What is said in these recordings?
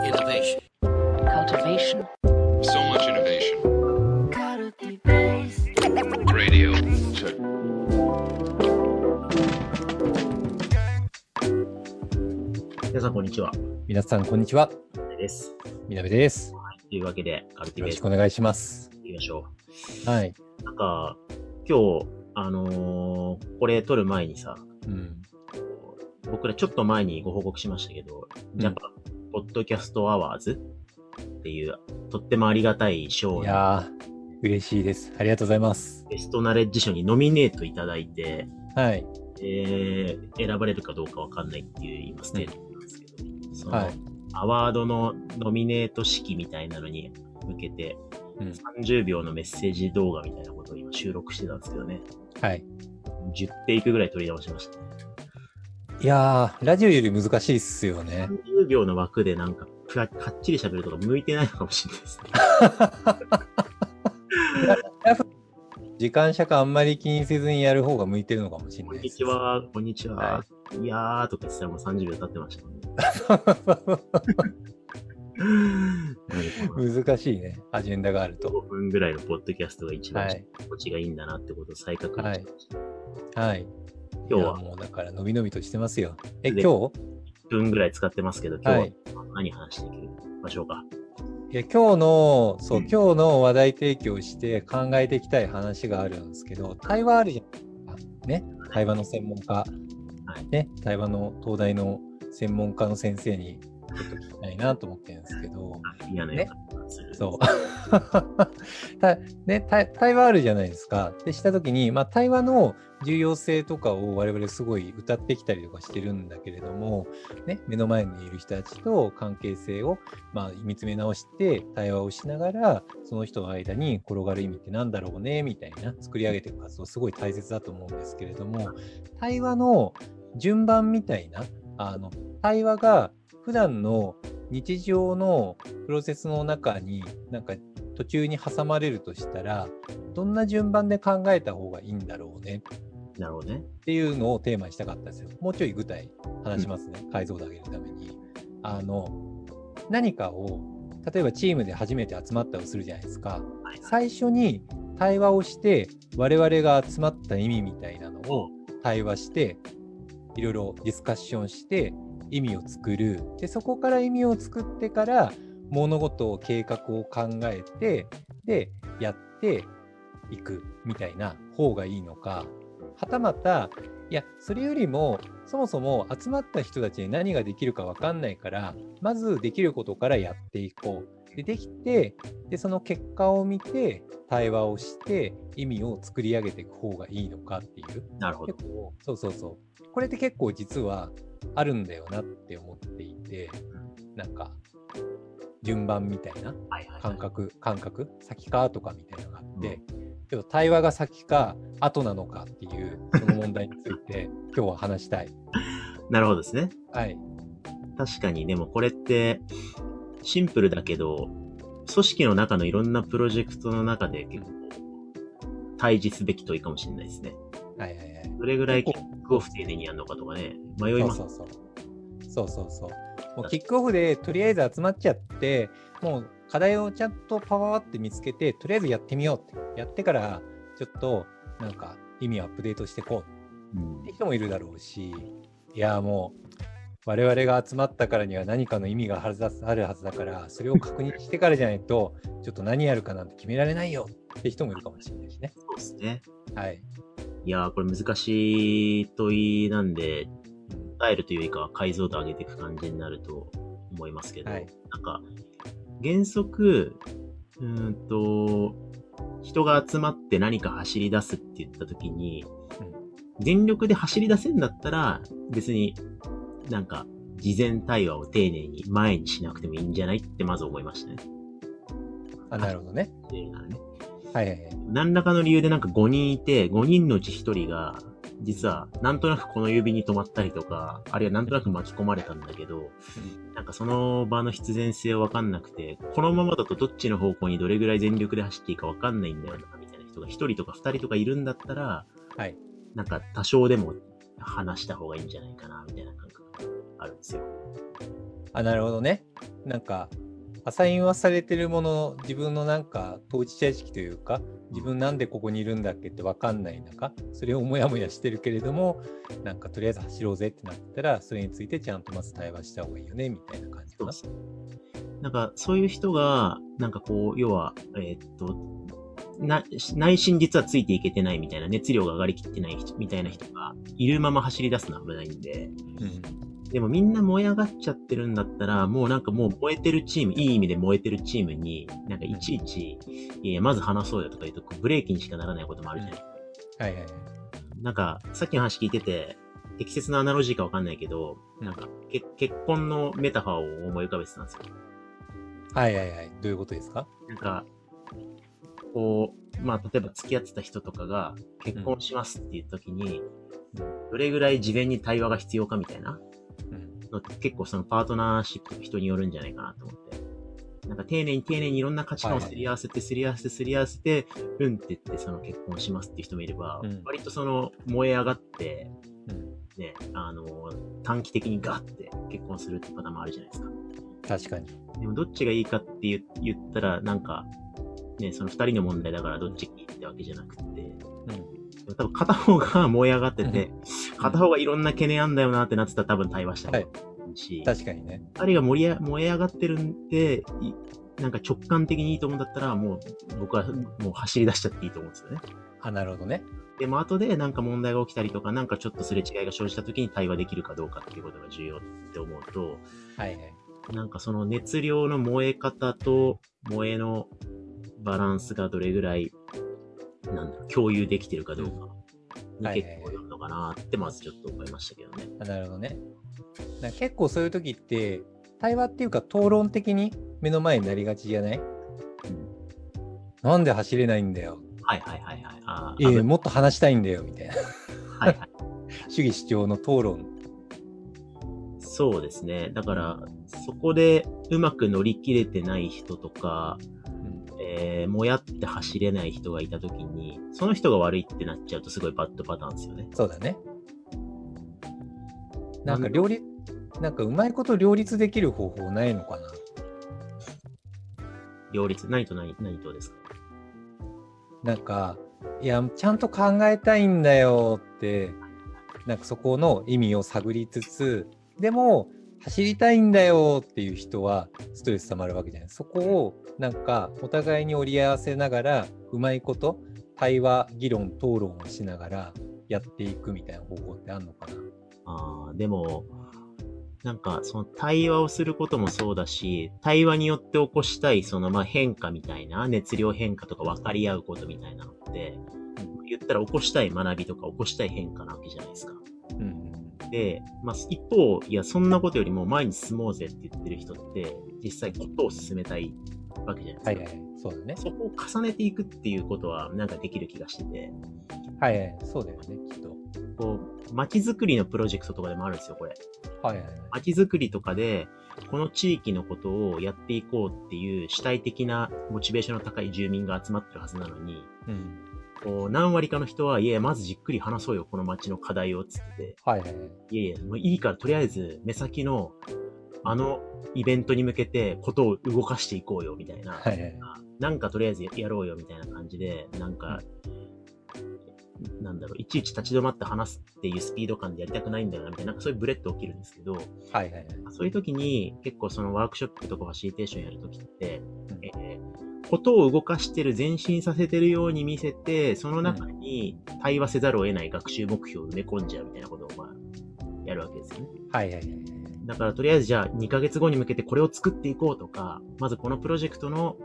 Innovation. Cultivation. So much innovation. Radio. Check. 皆さんこんにちは。 皆さんこんにちは。 です。 みなべです。 というわけでカルティベーションよろしくお願いします。 行きましょう。はい。 なんか今日これ撮る前にさ、僕らちょっと前にご報告しましたけど、ジャパンポッドキャストアワーズっていうとってもありがたい賞に、 いやー嬉しいです。ありがとうございます。 ベストナレッジ賞にノミネートいただいて、 はい。 選ばれるかどうかわかんないっていう今ステートなんですけど、その、 はい、 アワードのノミネート式みたいなのに向けて、30秒のメッセージ動画みたいなことを今収録してたんですけどね。 はい。 10テイクぐらい撮り直しましたね。 いやー、ラジオより難しいっすよね。 30秒の枠でなんか、かっちり喋るとか向いてないのかもしれないですね。 時間尺あんまり気にせずにやる方が向いてるのかもしれないです。 こんにちは、こんにちは。はい、いやーとか言ってたらもう30秒経ってましたね。 難しいね、アジェンダがあると。 5分ぐらいのポッドキャストが一番心地がいいんだなってことを再確認しました。 はい。今日はもうだから伸び伸びとしてますよ。今日 1分ぐらい使ってますけど、今日は何話していきましょうか。 いや今日の話題提供して考えていきたい話があるんですけど、対話あるじゃないですか。ね。対話の専門家。ね。対話の東大の専門家の先生にちょっと聞きたいなと思ってるんですけど。ね。そう。ね、対話あるじゃないですか。で、したときに、対話の重要性とかを我々すごい歌ってきたりとかしてるんだけれども、ね、目の前にいる人たちと関係性を、見つめ直して対話をしながら、その人の間に転がる意味ってなんだろうね、みたいな作り上げていく活動すごい大切だと思うんですけれども、対話の順番みたいな、対話が普段の日常のプロセスの中になんか途中に挟まれるとしたら、どんな順番で考えた方がいいんだろうね。 なるほどね。 っていうのをテーマにしたかったですよ。もうちょい具体話しますね。解像度上げるために。何かを、例えばチームで初めて集まったりするじゃないですか。最初に対話をして、我々が集まった意味みたいなのを対話して、いろいろディスカッションして、意味を作る。で、そこから意味を作ってから、物事を計画を考えて、で、やっていくみたいな方がいいのか、はたまた、いや、それよりも、そもそも集まった人たちに何ができるか分かんないから、まずできることからやっていこう。で、できて、で、その結果を見て、対話をして、意味を作り上げていく方がいいのかっていう。 なるほど。 そう。これって結構実はあるんだよなって思っていて、なんか、順番みたいな感覚、先か後かみたいなのがあって、けど対話が先か後なのかっていうその問題について今日は話したい。 なるほどですね。 はい。 確かに、でもこれってシンプルだけど、組織の中のいろんなプロジェクトの中で結構対峙すべき問いかもしれないですね。 はいはいはい。 どれぐらいキックオフ丁寧にやるのかとかね、迷います。 そう。もうキックオフでとりあえず集まっちゃって、もう課題をちゃんとパワーって見つけて、とりあえずやってみようって。やってから、ちょっとなんか意味をアップデートしていこうって人もいるだろうし、いやもう我々が集まったからには何かの意味があるはずだから、それを確認してからじゃないと、ちょっと何やるかなんて決められないよって人もいるかもしれないしね。 そうですね。 はい。 いやー、これ難しい問いなんで、答えるというよりかは解像度上げていく感じになると思いますけど、なんか、原則、人が集まって何か走り出すって言ったときに、全力で走り出せんだったら、別になんか、事前対話を丁寧に前にしなくてもいいんじゃないってまず思いましたね。 なるほどね。はい。 何らかの理由でなんか5人いて、5人のうち1人が、実はなんとなくこの指に止まったりとか、あるいはなんとなく巻き込まれたんだけど、なんかその場の必然性わかんなくて、このままだとどっちの方向にどれぐらい全力で走っていいかわかんないんだよな、みたいな人が1人とか2人とかいるんだったら、なんか多少でも話した方がいいんじゃないかな、みたいな感覚があるんですよ。 なるほどね。なんか、アサインはされてるもの、自分のなんか、当事者意識というか、自分なんでここにいるんだっけって分かんない中、それをもやもやしてるけれども、なんかとりあえず走ろうぜってなったら、それについてちゃんとまず対話した方がいいよね、みたいな感じかな。 なんか、そういう人が、なんかこう、要は、内心実はついていけてないみたいな、熱量が上がりきってない人みたいな人が、いるまま走り出すのは危ないんで、でもみんな燃え上がっちゃってるんだったら、もうなんかもう燃えてるチーム、いい意味で燃えてるチームに、なんかいちいち、いやまず話そうよとか言うと、ブレーキにしかならないこともあるじゃない。 はいはいはい。 なんか、さっきの話聞いてて、適切なアナロジーかわかんないけど、なんか、結婚のメタファーを思い浮かべてたんですよ。 はいはいはい。どういうことですか？ なんか、こう、まあ、例えば付き合ってた人とかが結婚しますっていう時に、どれぐらい事前に対話が必要かみたいなのって結構そのパートナーシップと人によるんじゃないかなと思って。なんか丁寧にいろんな価値観をすり合わせて、うんって言ってその結婚しますっていう人もいれば、割とその燃え上がって、ね、短期的にガッて結婚するってパターンもあるじゃないですか。 確かに。 でもどっちがいいかって言ったら、なんか、ね、その二人の問題だからどっちがいいってわけじゃなくて、多分片方が燃え上がってて、片方がいろんな懸念あんだよなってなってたら多分対話した方がいいし、 確かにね。 二人が燃え上がってるんで、なんか直感的にいいと思うんだったら、もう僕はもう走り出しちゃっていいと思うんですよね。 なるほどね。 でも後でなんか問題が起きたりとか、なんかちょっとすれ違いが生じた時に対話できるかどうかっていうことが重要って思うと、 はいはい。 なんかその熱量の燃え方と燃えのバランスがどれぐらい、共有できてるかどうかに結構よるのかなってまずちょっと思いましたけどね。 なるほどね。結構そういう時って、対話っていうか討論的に目の前になりがちじゃない？なんで走れないんだよ。 はいはいはいはい。 もっと話したいんだよみたいな。 はいはい。 主義主張の討論。 そうですね。だから、そこでうまく乗り切れてない人とか、もやって走れない人がいたときに、その人が悪いってなっちゃうとすごいバッドパターンですよね。 そうだね。なんかうまいこと両立できる方法ないのかな？ 両立、何とですか？ なんか、いや、ちゃんと考えたいんだよって、なんかそこの意味を探りつつ、でも、走りたいんだよっていう人はストレス溜まるわけじゃない。そこをなんかお互いに折り合わせながら、うまいこと対話、議論、討論をしながらやっていくみたいな方法ってあるのかな？ でも、なんかその対話をすることもそうだし、対話によって起こしたいその変化みたいな、熱量変化とか分かり合うことみたいなのって、言ったら起こしたい学びとか起こしたい変化なわけじゃないですか。で、一方、いや、そんなことよりも前に進もうぜって言ってる人って、実際ことを進めたいわけじゃないですか。 そうだね。 そこを重ねていくっていうことは、なんかできる気がしてて。 そうだよね、きっと。 こう、街づくりのプロジェクトとかでもあるんですよ、これ。街づくりとかで、この地域のことをやっていこうっていう主体的なモチベーションの高い住民が集まってるはずなのに、こう何割かの人は、いや、まずじっくり話そうよ、この街の課題を、つって。いや、もういいから、とりあえず、目先の、イベントに向けて、ことを動かしていこうよ、みたいな。なんかとりあえずやろうよ、みたいな感じで、なんか、いちいち立ち止まって話すっていうスピード感でやりたくないんだよな、みたいな、そういうブレッド起きるんですけど、そういう時に、結構そのワークショップとかファシリテーションやるときって、ことを動かしてる、前進させてるように見せて、その中に対話せざるを得ない学習目標を埋め込んじゃうみたいなことをやるわけですよね。だからとりあえずじゃあ2ヶ月後に向けてこれを作っていこうとか、まずこのプロジェクトの、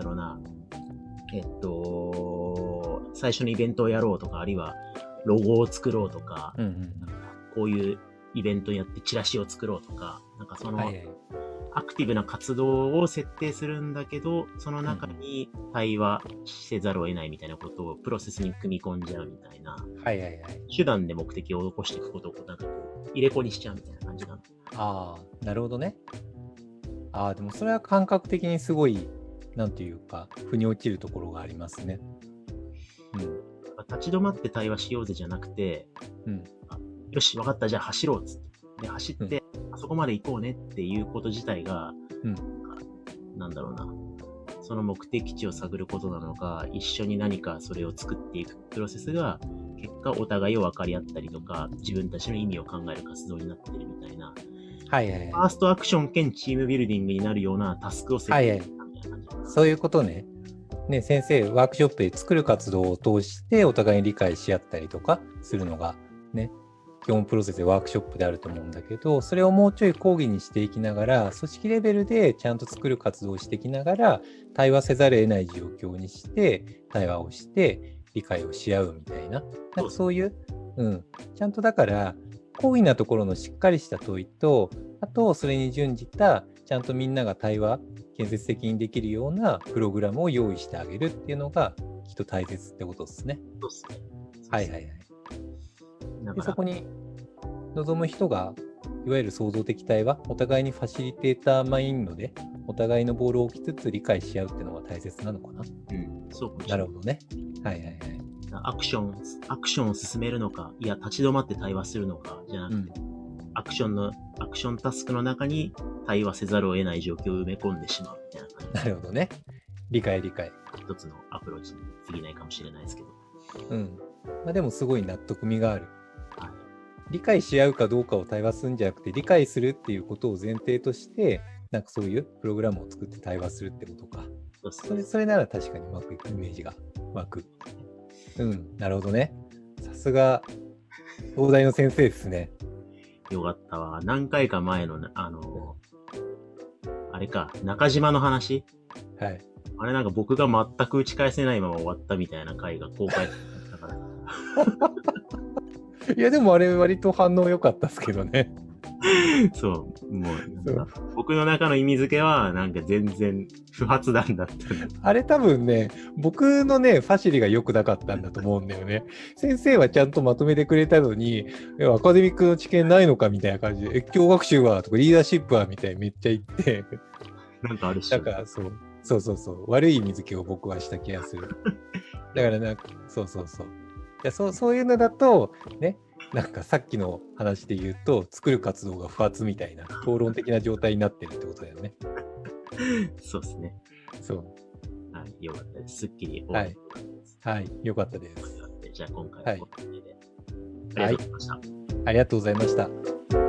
最初のイベントをやろうとか、あるいはロゴを作ろうとか、こういうイベントやってチラシを作ろうとか、なんかその、アクティブな活動を設定するんだけど、その中に対話せざるを得ないみたいなことをプロセスに組み込んじゃうみたいな、手段で目的を起こしていくことをなんかこう入れ子にしちゃうみたいな感じかな。 なるほどね。でもそれは感覚的にすごい、なんていうか、腑に落ちるところがありますね。 立ち止まって対話しようぜじゃなくて、よし、わかった、じゃあ走ろうっつって。で、走って、あそここまで行こうねっていうこと自体が、 うん。 なんだろうな。その目的地を探ることなのか、一緒に何かそれを作っていくプロセスが、結果お互いを分かり合ったりとか、自分たちの意味を考える活動になってるみたいな、 はいはいファはい。 ーストアクション兼チームビルディングになるようなタスクを設定したみたいな感じかな。 そういうことね。ね、先生、ワークショップで作る活動を通してお互いに理解し合ったりとかするのがね、基本プロセスでワークショップであると思うんだけど、それをもうちょい講義にしていきながら、組織レベルでちゃんと作る活動をしていきながら、対話せざるを得ない状況にして、対話をして、理解をし合うみたいな、なんかそういう、ちゃんとだから、講義なところのしっかりした問いと、あと、それに準じた、ちゃんとみんなが対話、建設的にできるようなプログラムを用意してあげるっていうのが、きっと大切ってことですね。 そうですね。 はいはいはい。で、 だから、 そこに望む人が、いわゆる創造的対話、お互いにファシリテーターマインドで、お互いのボールを置きつつ理解し合うっていうのが大切なのかな。 そうかもしれない。 なるほどね。はいはいはい。 アクションを進めるのか、いや、立ち止まって対話するのか、じゃなくて、アクションタスクの中に対話せざるを得ない状況を埋め込んでしまうみたいな感じ。 なるほどね。理解。 一つのアプローチに過ぎないかもしれないですけど。 まあでもすごい納得味がある。 はい。 理解し合うかどうかを対話するんじゃなくて、理解するっていうことを前提として、なんかそういうプログラムを作って対話するってことか。それなら確かにうまくいくイメージが湧く。なるほどね。さすが、東大の先生ですね。 よかったわ。何回か前の、あれか、中島の話。 はい。 あれなんか僕が全く打ち返せないまま終わったみたいな回が公開されたから。 いや、でもあれ割と反応良かったですけどね。 そう、もうなんか、僕の中の意味付けは、なんか全然不発弾だった。 あれ多分ね、僕のね、ファシリが良くなかったんだと思うんだよね。先生はちゃんとまとめてくれたのに、アカデミックの知見ないのかみたいな感じで、越境学習はとかリーダーシップはみたいにめっちゃ言って。 なんかあるし。 だからそう。悪い意味付けを僕はした気がする。だからなんか、そういうのだと、ね、なんかさっきの話で言うと、作る活動が不発みたいな、討論的な状態になってるってことだよね。 そうですね。 そう。 はい、よかったです。すっきり終わりです。 はい、よかったです。 じゃあ今回はこの辺で、ありがとうございました。 ありがとうございました。